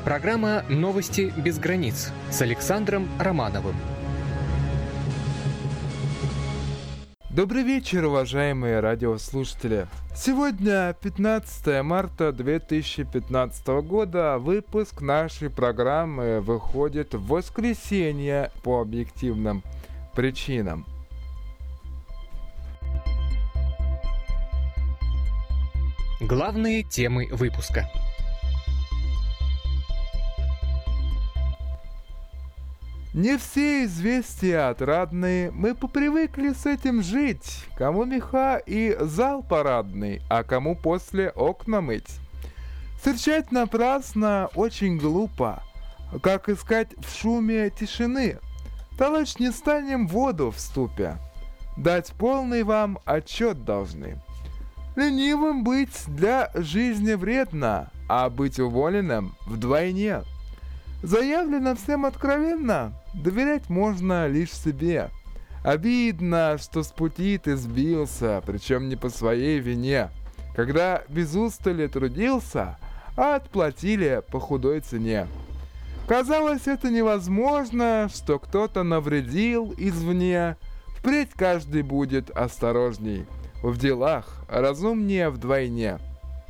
Программа «Новости без границ» с Александром Романовым. Добрый вечер, уважаемые радиослушатели. Сегодня 15 марта 2015 года. Выпуск нашей программы выходит в воскресенье по объективным причинам. Главные темы выпуска. Не все известия отрадные, мы попривыкли с этим жить. Кому меха и зал парадный, а кому после окна мыть. Серчать напрасно очень глупо, как искать в шуме тишины. Толочь не станем воду в ступе, дать полный вам отчет должны. Ленивым быть для жизни вредно, а быть уволенным вдвойне. Заявлено всем откровенно, доверять можно лишь себе. Обидно, что с пути ты сбился, причем не по своей вине. Когда без устали трудился, а отплатили по худой цене. Казалось, это невозможно, что кто-то навредил извне. Впредь каждый будет осторожней, в делах разумнее вдвойне.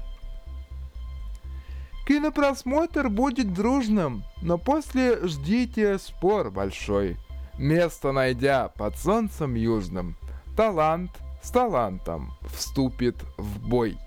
Кинопросмотр будет дружным, но после ждите спор большой. Место найдя под солнцем южным, талант с талантом вступит в бой.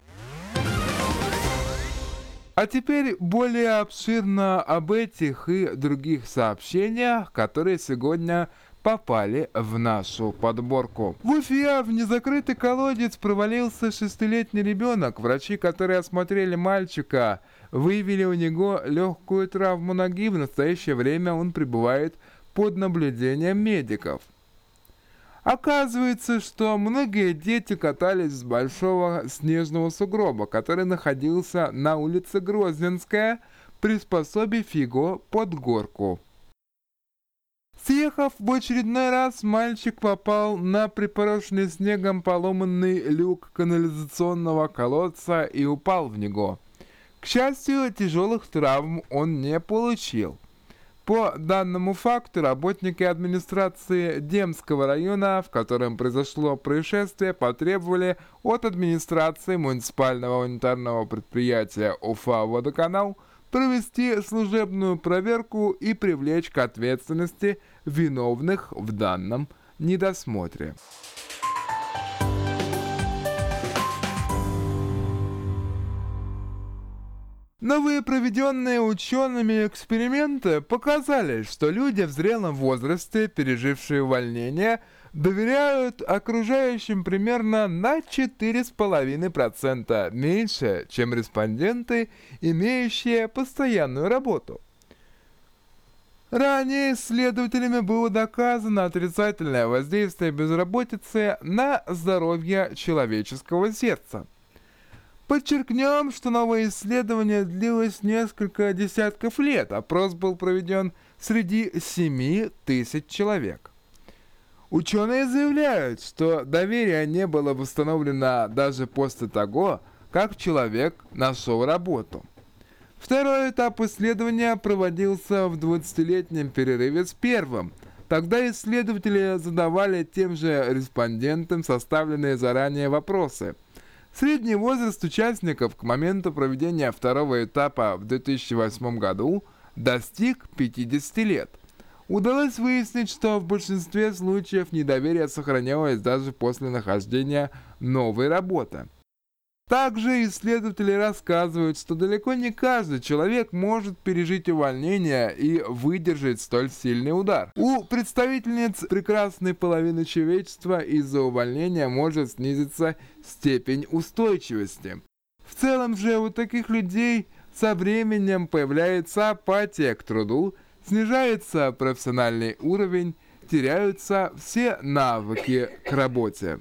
А теперь более обширно об этих и других сообщениях, которые сегодня попали в нашу подборку. В Уфе в незакрытый колодец провалился 6-летний ребенок. Врачи, которые осмотрели мальчика, выявили у него легкую травму ноги. В настоящее время он пребывает под наблюдением медиков. Оказывается, что многие дети катались с большого снежного сугроба, который находился на улице Грозненская, приспособив его под горку. Съехав в очередной раз, мальчик попал на припорошенный снегом поломанный люк канализационного колодца и упал в него. К счастью, тяжелых травм он не получил. По данному факту работники администрации Демского района, в котором произошло происшествие, потребовали от администрации муниципального унитарного предприятия Уфа-Водоканал провести служебную проверку и привлечь к ответственности виновных в данном недосмотре. Новые проведенные учеными эксперименты показали, что люди в зрелом возрасте, пережившие увольнение, доверяют окружающим примерно на 4,5% меньше, чем респонденты, имеющие постоянную работу. Ранее исследователями было доказано отрицательное воздействие безработицы на здоровье человеческого сердца. Подчеркнем, что новое исследование длилось несколько десятков лет. Опрос был проведен среди 7 тысяч человек. Ученые заявляют, что доверие не было восстановлено даже после того, как человек нашел работу. Второй этап исследования проводился в 20-летнем перерыве с первым. Тогда исследователи задавали тем же респондентам составленные заранее вопросы. Средний возраст участников к моменту проведения второго этапа в 2008 году достиг 50 лет. Удалось выяснить, что в большинстве случаев недоверие сохранялось даже после нахождения новой работы. Также исследователи рассказывают, что далеко не каждый человек может пережить увольнение и выдержать столь сильный удар. У представительниц прекрасной половины человечества из-за увольнения может снизиться степень устойчивости. В целом же у таких людей со временем появляется апатия к труду, снижается профессиональный уровень, теряются все навыки к работе.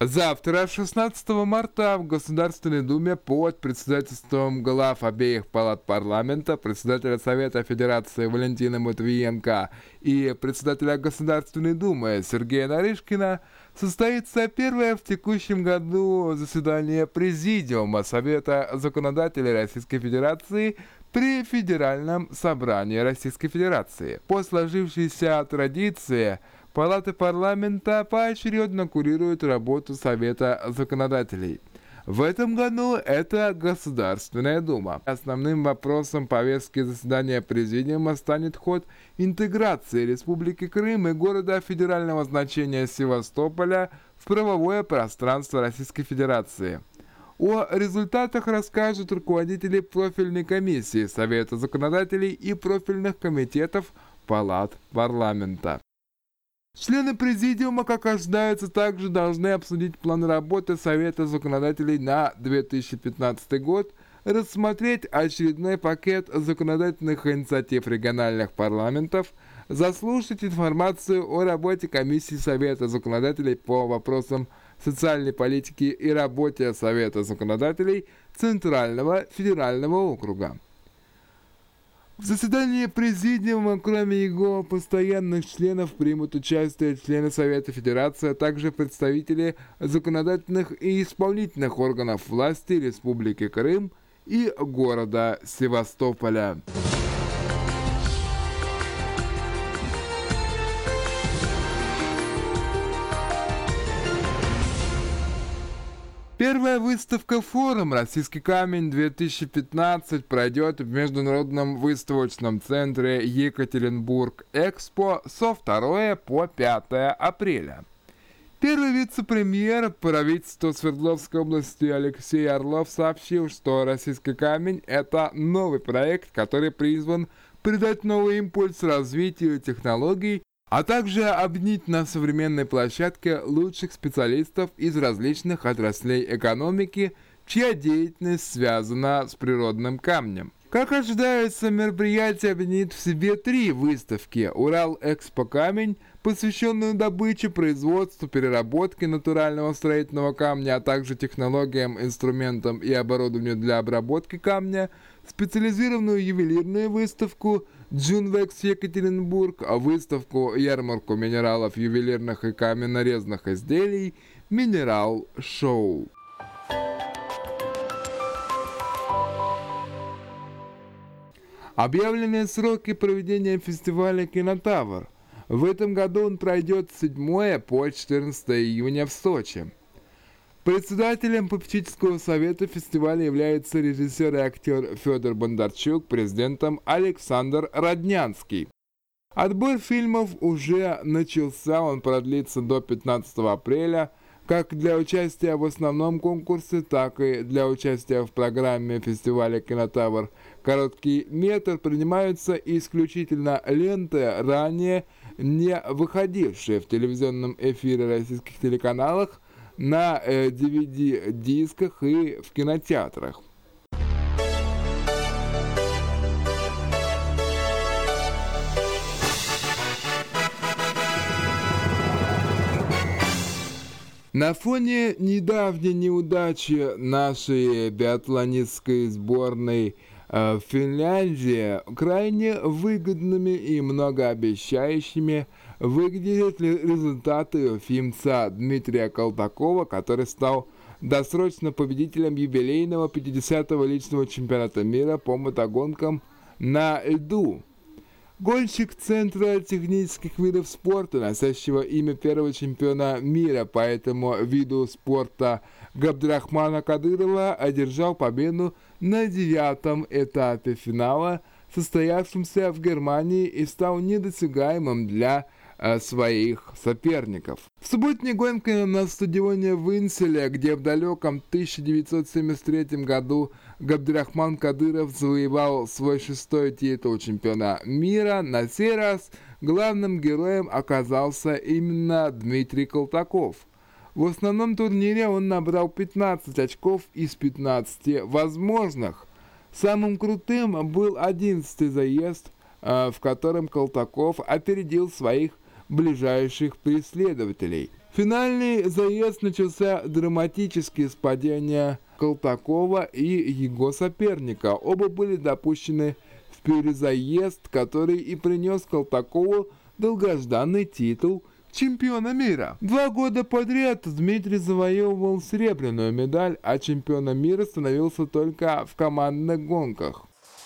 Завтра, 16 марта, в Государственной Думе под председательством глав обеих палат парламента, председателя Совета Федерации Валентина Матвиенко и председателя Государственной Думы Сергея Нарышкина состоится первое в текущем году заседание Президиума Совета Законодателей Российской Федерации при Федеральном собрании Российской Федерации. По сложившейся традиции, палаты парламента поочередно курируют работу Совета Законодателей. В этом году это Государственная Дума. Основным вопросом повестки заседания Президиума станет ход интеграции Республики Крым и города федерального значения Севастополя в правовое пространство Российской Федерации. О результатах расскажут руководители профильной комиссии Совета Законодателей и профильных комитетов палат парламента. Члены Президиума, как ожидается, также должны обсудить план работы Совета Законодателей на 2015 год, рассмотреть очередной пакет законодательных инициатив региональных парламентов, заслушать информацию о работе комиссии Совета Законодателей по вопросам социальной политики и работе Совета Законодателей Центрального федерального округа. В заседании Президиума, кроме его постоянных членов, примут участие члены Совета Федерации, а также представители законодательных и исполнительных органов власти Республики Крым и города Севастополя. Первая выставка «Форум. Российский камень-2015» пройдет в Международном выставочном центре Екатеринбург-Экспо со 2 по 5 апреля. Первый вице-премьер правительства Свердловской области Алексей Орлов сообщил, что «Российский камень» — это новый проект, который призван придать новый импульс развитию технологий, а также объединить на современной площадке лучших специалистов из различных отраслей экономики, чья деятельность связана с природным камнем. Как ожидается, мероприятие объединит в себе 3 выставки: Урал-Экспо-Камень, посвященную добыче, производству, переработке натурального строительного камня, а также технологиям, инструментам и оборудованию для обработки камня, специализированную ювелирную выставку «Джунвекс Екатеринбург», выставку-ярмарку минералов, ювелирных и каменнорезных изделий «Минерал-шоу». Объявлены сроки проведения фестиваля «Кинотавр». В этом году он пройдет с 7 по 14 июня в Сочи. Председателем попечительского совета фестиваля является режиссер и актер Федор Бондарчук, президентом Александр Роднянский. Отбор фильмов уже начался, он продлится до 15 апреля, как для участия в основном конкурсе, так и для участия в программе фестиваля «Кинотавр». Короткий метр принимаются исключительно ленты, ранее не выходившие в телевизионном эфире российских телеканалах, на DVD-дисках и в кинотеатрах. На фоне недавней неудачи нашей биатлонистской сборной в Финляндии крайне выгодными и многообещающими выглядят результаты уфимца Дмитрия Колтакова, который стал досрочно победителем юбилейного 50-го личного чемпионата мира по мотогонкам на льду. Гонщик Центра технических видов спорта, носящего имя первого чемпиона мира по этому виду спорта Габдрахмана Кадырова, одержал победу на 9-м этапе финала, состоявшемся в Германии, и стал недосягаемым для своих соперников. В субботней гонке на стадионе в Инселе, где в далеком 1973 году Габдрахман Кадыров завоевал свой 6-й титул чемпиона мира, на сей раз главным героем оказался именно Дмитрий Колтаков. В основном турнире он набрал 15 очков из 15 возможных. Самым крутым был 11-й заезд, в котором Колтаков опередил своих ближайших преследователей. Финальный заезд начался драматически с падения Колтакова и его соперника. Оба были допущены в перезаезд, который и принес Колтакову долгожданный титул чемпиона мира. 2 года подряд Дмитрий завоевывал серебряную медаль, а чемпионом мира становился только в командных гонках.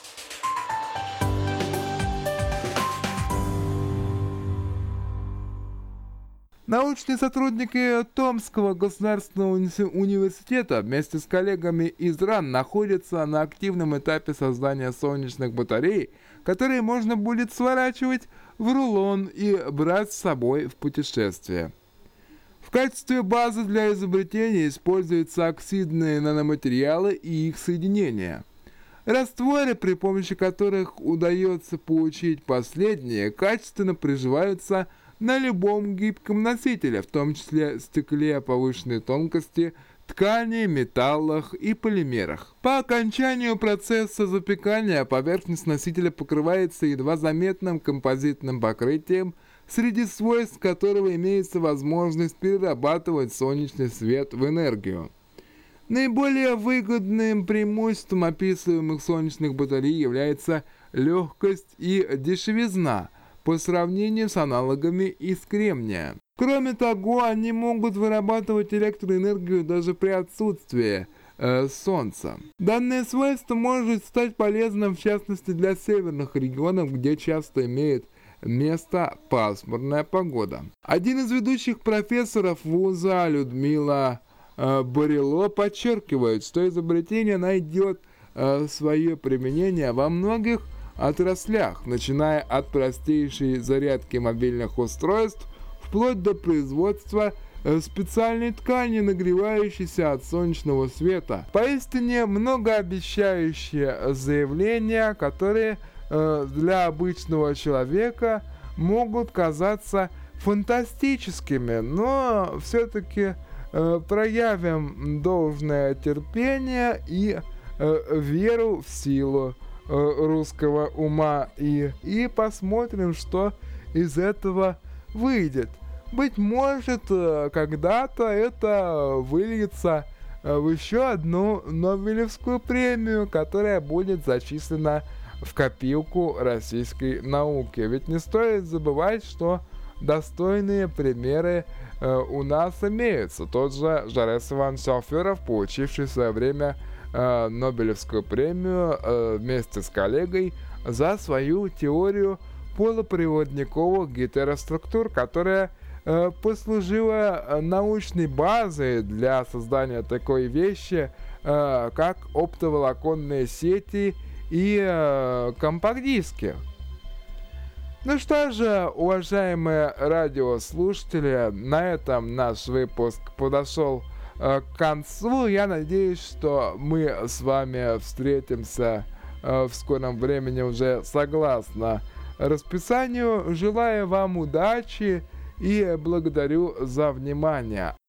Научные сотрудники Томского государственного университета вместе с коллегами из РАН находятся на активном этапе создания солнечных батарей, которые можно будет сворачивать в рулон и брать с собой в путешествие. В качестве базы для изобретения используются оксидные наноматериалы и их соединения. Растворы, при помощи которых удается получить последние, качественно приживаются на любом гибком носителе, в том числе стекле повышенной тонкости, ткани, металлах и полимерах. По окончанию процесса запекания поверхность носителя покрывается едва заметным композитным покрытием, среди свойств которого имеется возможность перерабатывать солнечный свет в энергию. Наиболее выгодным преимуществом описываемых солнечных батарей является легкость и дешевизна по сравнению с аналогами из кремния. Кроме того, они могут вырабатывать электроэнергию даже при отсутствии солнца. Данное свойство может стать полезным в частности для северных регионов, где часто имеет место пасмурная погода. Один из ведущих профессоров вуза, Людмила Барило, подчеркивает, что изобретение найдет свое применение во многих отраслях, начиная от простейшей зарядки мобильных устройств вплоть до производства специальной ткани, нагревающейся от солнечного света. Поистине многообещающие заявления, которые для обычного человека могут казаться фантастическими, но все-таки проявим должное терпение и веру в силу русского ума и посмотрим, что из этого выйдет. Быть может, когда-то это выльется в еще одну Нобелевскую премию, которая будет зачислена в копилку российской науки. Ведь не стоит забывать, что достойные примеры у нас имеются. Тот же Жарес Иванович Алферов, получивший в свое время Нобелевскую премию вместе с коллегой за свою теорию полупроводниковых гетероструктур, которая послужила научной базой для создания такой вещи, как оптоволоконные сети и компакт-диски. Ну что же, уважаемые радиослушатели, на этом наш выпуск подошел к концу. Я надеюсь, что мы с вами встретимся в скором времени уже согласно расписанию. Желаю вам удачи и благодарю за внимание.